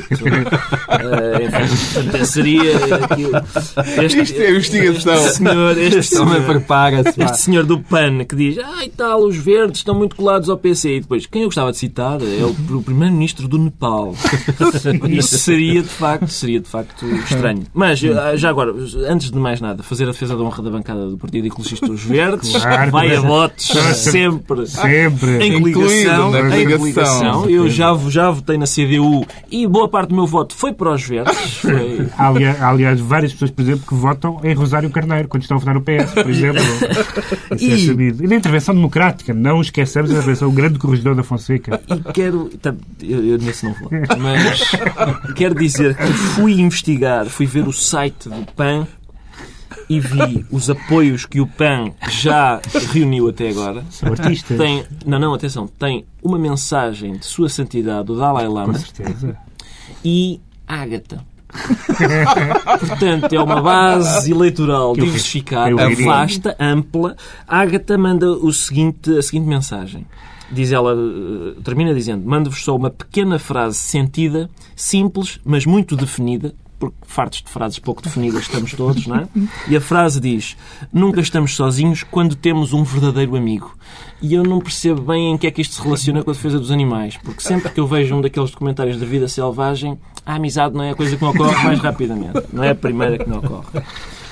Speaker 3: uh, enfim, seria este,
Speaker 1: Isto é a investigação.
Speaker 3: Este senhor, este senhor,
Speaker 2: prepara-se,
Speaker 3: este senhor do P A N que diz, ah, e tal, os verdes estão muito colados ao P C. E depois, quem eu gostava de citar é o, o primeiro-ministro do Nepal. Isso seria de facto, seria de facto estranho. Mas, já agora, antes de mais nada, fazer a defesa da honra da bancada do Partido Ecologista dos Verdes,
Speaker 4: claro,
Speaker 3: vai a votos, sempre,
Speaker 4: sempre.
Speaker 3: em coligação.
Speaker 1: Na
Speaker 3: em coligação. Eu já, já votei na C D U e boa parte do meu voto foi para os Verdes. Foi...
Speaker 4: Aliás, aliás, várias pessoas, por exemplo, que votam em Rosário Carneiro, quando estão a votar no P S, por exemplo. Isso
Speaker 3: e...
Speaker 4: é sabido. E na intervenção democrática, não esqueçamos a intervenção, o grande corregedor da Fonseca.
Speaker 3: E quero... Eu, eu nesse não vou. Mas quero dizer que fui investigar, fui ver o site do P A N e vi os apoios que o P A N já reuniu até agora.
Speaker 4: São artistas.
Speaker 3: Tem, não, não, atenção. Tem uma mensagem de Sua Santidade, o Dalai Lama.
Speaker 4: Com certeza.
Speaker 3: E Ágata. Portanto, é uma base eleitoral diversificada, vasta, ampla. Ágata manda o seguinte, a seguinte mensagem. Diz ela, termina dizendo, mando-vos só uma pequena frase sentida, simples, mas muito definida, porque fartos de frases pouco definidas estamos todos, não é? E a frase diz, nunca estamos sozinhos quando temos um verdadeiro amigo. E eu não percebo bem em que é que isto se relaciona com a defesa dos animais, porque sempre que eu vejo um daqueles documentários da vida selvagem, a amizade não é a coisa que me ocorre mais rapidamente. Não é a primeira que me ocorre.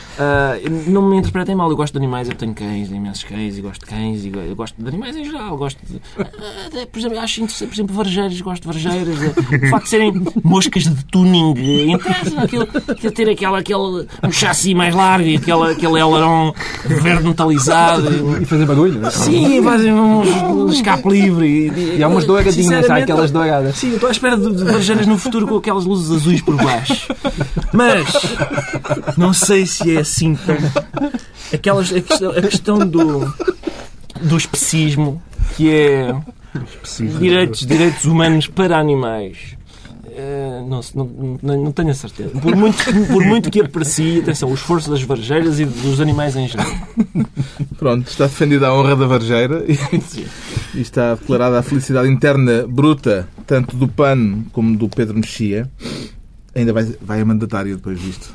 Speaker 3: Uh, não me interpretem mal, eu gosto de animais, eu tenho cães, imensos cães, e gosto de cães, e eu gosto de animais em geral, gosto de, uh, por exemplo, acho interessante, por exemplo, varejeiros, gosto de varejeiras, uh, o facto de serem moscas de tuning, uh, interessa, aquilo, aquilo ter aquela, aquele, um chassi mais largo e aquela, aquele aileron verde metalizado.
Speaker 2: E fazer barulho, não é?
Speaker 3: Sim, fazem um escape livre. E,
Speaker 2: e há umas douradinhas, há aquelas douradas.
Speaker 3: Sim, estou à espera de, de varejeiras no futuro com aquelas luzes azuis por baixo. Mas, não sei se é assim tão... Aquelas, a questão, a questão do, do especismo, que é direitos, direitos humanos para animais. Uh, não, não, não, não tenho a certeza. Por muito, por muito que aprecie, atenção, o esforço das varejeiras e dos animais em geral.
Speaker 1: Pronto, está defendida a honra da varejeira e, e está declarada a felicidade interna bruta, tanto do P A N como do Pedro Mexia. Ainda vai, vai a mandatária depois disto.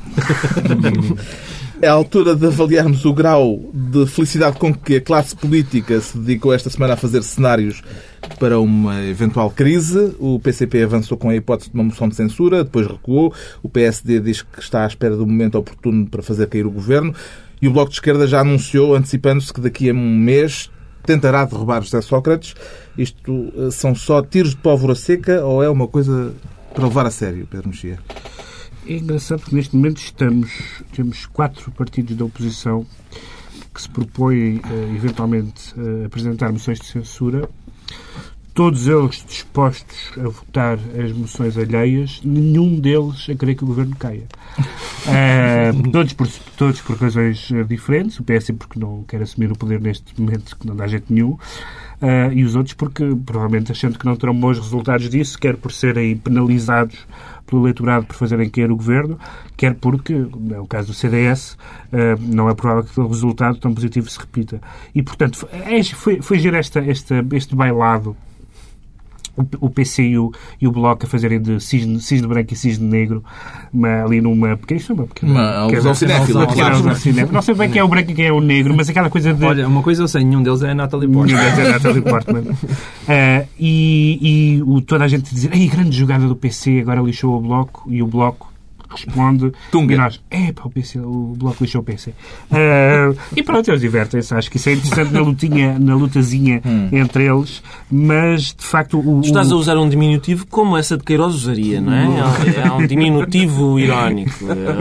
Speaker 1: É a altura de avaliarmos o grau de felicidade com que a classe política se dedicou esta semana a fazer cenários para uma eventual crise. O P C P avançou com a hipótese de uma moção de censura, depois recuou. O P S D diz que está à espera do momento oportuno para fazer cair o governo. E o Bloco de Esquerda já anunciou, antecipando-se, que daqui a um mês tentará derrubar José Sócrates. Isto são só tiros de pólvora seca ou é uma coisa para levar a sério, Pedro Mexia?
Speaker 4: É engraçado porque neste momento estamos, temos quatro partidos da oposição que se propõem uh, eventualmente uh, apresentar moções de censura, todos eles dispostos a votar as moções alheias, nenhum deles a querer que o governo caia. Uh, todos, por, todos por razões diferentes, o P S porque não quer assumir o poder neste momento, que não dá jeito nenhum, Uh, e os outros porque, provavelmente, achando que não terão bons resultados disso, quer por serem penalizados pelo eleitorado por fazerem cair o governo, quer porque, no caso do C D S, uh, não é provável que o resultado tão positivo se repita. E, portanto, é, foi, foi giro esta, esta, este bailado, o P C e o, e o Bloco a fazerem de cisne, cisne branco e cisne negro, uma, ali numa pequena... Uma, pequena,
Speaker 1: uma alusão cinéfila, claro.
Speaker 4: Não sei bem quem é o branco e quem é o negro, mas aquela coisa de...
Speaker 2: Olha, uma coisa eu sei, nenhum deles é a Natalie Portman.
Speaker 4: Nenhum deles é a Natalie Portman. uh, e e o, toda a gente dizer, ei, grande jogada do P C, agora lixou o Bloco, e o Bloco responde,
Speaker 1: Tunga.
Speaker 4: E nós, é pá, o, P C, o Bloco lixou o P C. Uh, e pronto, eles divertem-se. Acho que isso é interessante na lutinha, na lutazinha hum. entre eles, mas de facto... O,
Speaker 3: Estás
Speaker 4: o...
Speaker 3: a usar um diminutivo como essa de Queiroz usaria, não é? É um diminutivo irónico.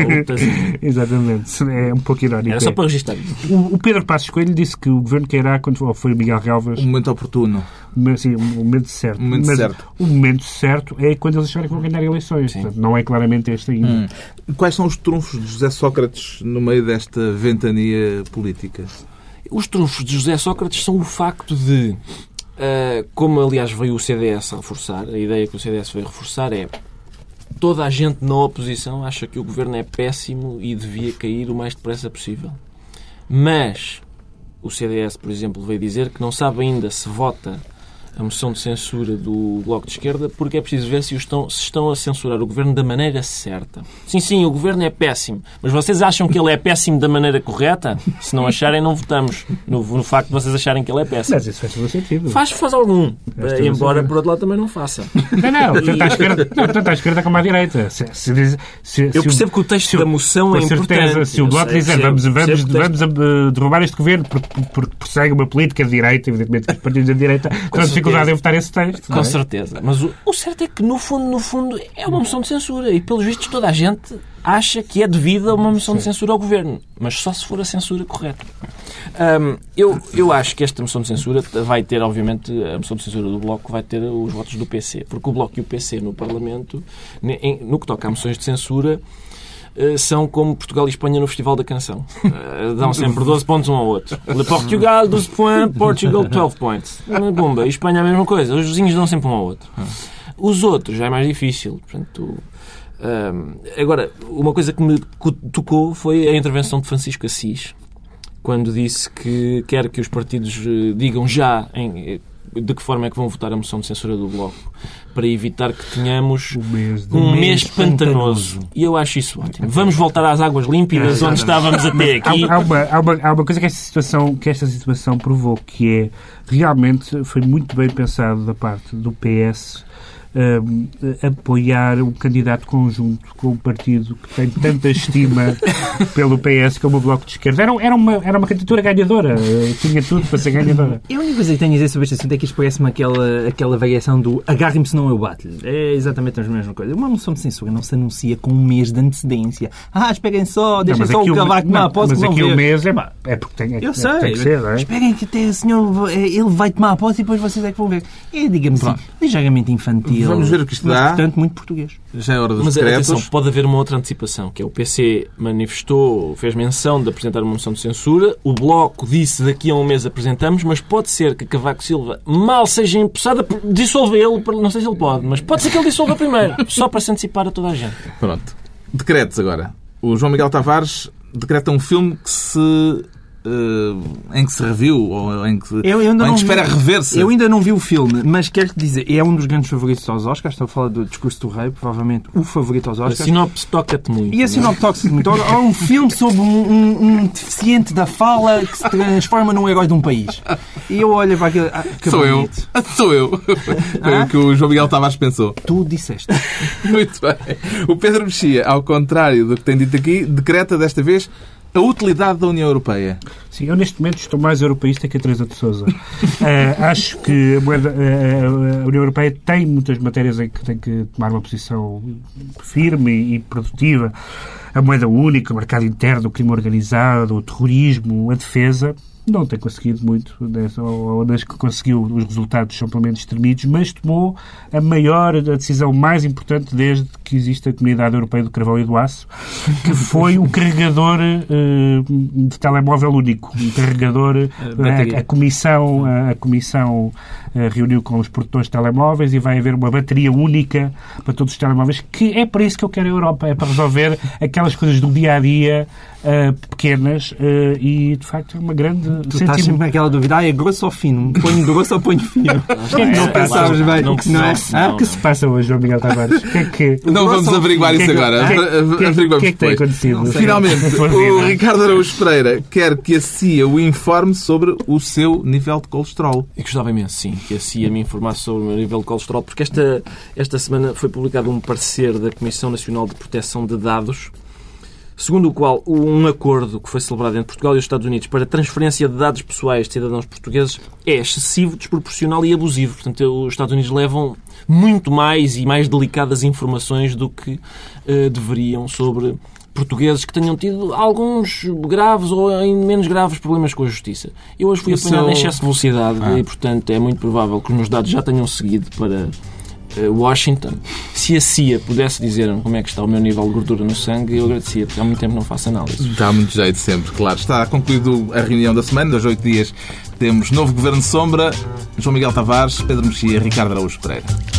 Speaker 3: É
Speaker 4: Exatamente, é um pouco irónico.
Speaker 3: Era só para registrar.
Speaker 4: O, o Pedro Passos Coelho disse que o governo cairá quando ou foi o Miguel Relvas.
Speaker 1: Um momento oportuno.
Speaker 4: Sim, o momento certo.
Speaker 1: O momento
Speaker 4: mas
Speaker 1: certo.
Speaker 4: O momento certo é quando eles acharem que vão ganhar eleições. Portanto, não é claramente este ainda.
Speaker 1: Hum. Quais são os trunfos de José Sócrates no meio desta ventania política?
Speaker 3: Os trunfos de José Sócrates são o facto de, uh, como aliás veio o C D S a reforçar, a ideia que o C D S veio reforçar é toda a gente na oposição acha que o governo é péssimo e devia cair o mais depressa possível. Mas o C D S, por exemplo, veio dizer que não sabe ainda se vota a moção de censura do Bloco de Esquerda porque é preciso ver se, estão, se estão a censurar o governo da maneira certa. Sim, sim, o governo é péssimo, mas vocês acham que ele é péssimo da maneira correta? Se não acharem, não votamos no, no facto de vocês acharem que ele é péssimo.
Speaker 4: Mas isso faz todo sentido.
Speaker 3: Faz, faz algum, embora por outro lado também não faça.
Speaker 4: Não, não, tanto à esquerda, não, tanto à esquerda como à direita. Se, se, se,
Speaker 3: Eu percebo que o texto se, da moção é importante.
Speaker 4: Certeza, se o Bloco dizer vamos, vamos, vamos a derrubar este governo porque, porque persegue uma política de direita, evidentemente que os partidos da direita têm dificuldade em votar esse texto.
Speaker 3: Com é? certeza. Mas o, o certo é que, no fundo, no fundo, é uma moção de censura. E, pelos vistos, toda a gente acha que é devida uma moção de censura ao governo. Mas só se for a censura correta. Um, eu, eu acho que esta moção de censura vai ter, obviamente, a moção de censura do Bloco vai ter os votos do P C. Porque o Bloco e o P C no Parlamento, no que toca a moções de censura, são como Portugal e Espanha no Festival da Canção. Dão sempre doze pontos um ao outro. Le Portugal, doze pontos, Portugal, doze pontos. Bomba. E Espanha a mesma coisa. Os vizinhos dão sempre um ao outro. Os outros já é mais difícil. Portanto, um, agora, uma coisa que me tocou foi a intervenção de Francisco Assis, quando disse que quer que os partidos digam já em, de que forma é que vão votar a moção de censura do Bloco para evitar que tenhamos
Speaker 4: mês
Speaker 3: um mês, mês pantanoso. E eu acho isso ótimo. Vamos voltar às águas límpidas é, onde estávamos até aqui.
Speaker 4: Há, há, uma, há, uma, há uma coisa que esta situação, que esta situação provou, que é realmente foi muito bem pensado da parte do P S uh, apoiar um candidato conjunto com um partido que tem tanta estima pelo P S como o Bloco de Esquerda. Era, era, uma, era uma candidatura ganhadora. Uh, tinha tudo para ser ganhadora.
Speaker 2: A única coisa que tenho a dizer sobre este assunto é que isto parece-me aquela, aquela variação do agarre-me senão eu bato-lhe. É exatamente a mesma coisa. Uma moção de censura não se anuncia com um mês de antecedência. Ah, esperem só, deixem só o cavaco tomar posse que vão ver.
Speaker 4: Mas aqui o mês é, é porque tem, é,
Speaker 2: eu sei.
Speaker 4: tem que ser, não é?
Speaker 2: Esperem que até o senhor, ele vai tomar posse e depois vocês é que vão ver. É, digamos assim, ligeiramente infantil.
Speaker 1: Vamos ver o que isto
Speaker 2: mas,
Speaker 1: dá.
Speaker 2: Portanto, muito português.
Speaker 1: Já é hora dos
Speaker 3: Mas
Speaker 1: decretos.
Speaker 3: atenção, pode haver uma outra antecipação, que é o P C manifestou, fez menção de apresentar uma moção de censura, o Bloco disse daqui a um mês apresentamos, mas pode ser que Cavaco Silva mal seja empossado, dissolvê-lo, não sei se ele pode, mas pode ser que ele dissolva primeiro, só para se antecipar a toda a gente.
Speaker 1: Pronto. Decretos agora. O João Miguel Tavares decreta um filme que se... Uh, em que se reviu ou em que,
Speaker 2: eu, eu
Speaker 1: ou em que espera rever-se.
Speaker 2: Eu ainda não vi o filme, mas quero-te dizer, é um dos grandes favoritos aos Oscars. Estou a falar do Discurso do Rei, provavelmente o favorito aos Oscars.
Speaker 3: A sinopse toca-te muito.
Speaker 2: E a sinopse toca-te muito. Há um filme sobre um, um, um deficiente da fala que se transforma num herói de um país. E eu olho para aquilo... Ah,
Speaker 1: Sou eu. Sou eu. Foi o que o João Miguel Tavares pensou.
Speaker 2: Tu disseste.
Speaker 1: Muito bem. O Pedro Mexia, ao contrário do que tem dito aqui, decreta desta vez a utilidade da União Europeia.
Speaker 4: Sim, eu neste momento estou mais europeísta que a Teresa de Sousa. uh, acho que a, moeda, uh, a União Europeia tem muitas matérias em que tem que tomar uma posição firme e produtiva. A moeda única, o mercado interno, o crime organizado, o terrorismo, a defesa. Não tem conseguido muito, ou das que conseguiu, os resultados são pelo menos tremidos, mas tomou a maior, a decisão mais importante desde que existe a Comunidade Europeia do Carvão e do Aço, que foi o carregador uh, de telemóvel único. Um carregador, a, a Comissão, a, a comissão uh, reuniu com os produtores de telemóveis e vai haver uma bateria única para todos os telemóveis, que é para isso que eu quero a Europa, é para resolver aquelas coisas do dia-a-dia uh, pequenas uh, e, de facto, é uma grande...
Speaker 2: Tu estás sempre naquela dúvida, ah, é grosso ou fino? Ponho grosso ou ponho fino?
Speaker 3: Não pensavas bem.
Speaker 4: Não, não é? Ah, o que se passa hoje, João Miguel Tavares? Que é que...
Speaker 1: Não vamos averiguar isso agora.
Speaker 4: O que é que tem acontecido?
Speaker 1: Finalmente, o Ricardo Araújo Pereira quer que a C I A o informe sobre o seu nível de colesterol.
Speaker 3: E gostava imenso, sim, que a C I A me informasse sobre o meu nível de colesterol, porque esta, esta semana foi publicado um parecer da Comissão Nacional de Proteção de Dados, segundo o qual um acordo que foi celebrado entre Portugal e os Estados Unidos para a transferência de dados pessoais de cidadãos portugueses é excessivo, desproporcional e abusivo. Portanto, os Estados Unidos levam muito mais e mais delicadas informações do que uh, deveriam sobre portugueses que tenham tido alguns graves ou menos graves problemas com a justiça. Eu hoje fui
Speaker 1: o
Speaker 3: apanhado
Speaker 1: seu...
Speaker 3: em excesso de velocidade ah. e, portanto, é muito provável que os meus dados já tenham seguido para Washington. Se a C I A pudesse dizer-me como é que está o meu nível de gordura no sangue, eu agradecia, porque há muito tempo não faço análise.
Speaker 1: Dá muito jeito sempre, claro. Está concluído a reunião da semana. Das oito dias temos novo Governo de Sombra. João Miguel Tavares, Pedro Mexia, Ricardo Araújo Pereira.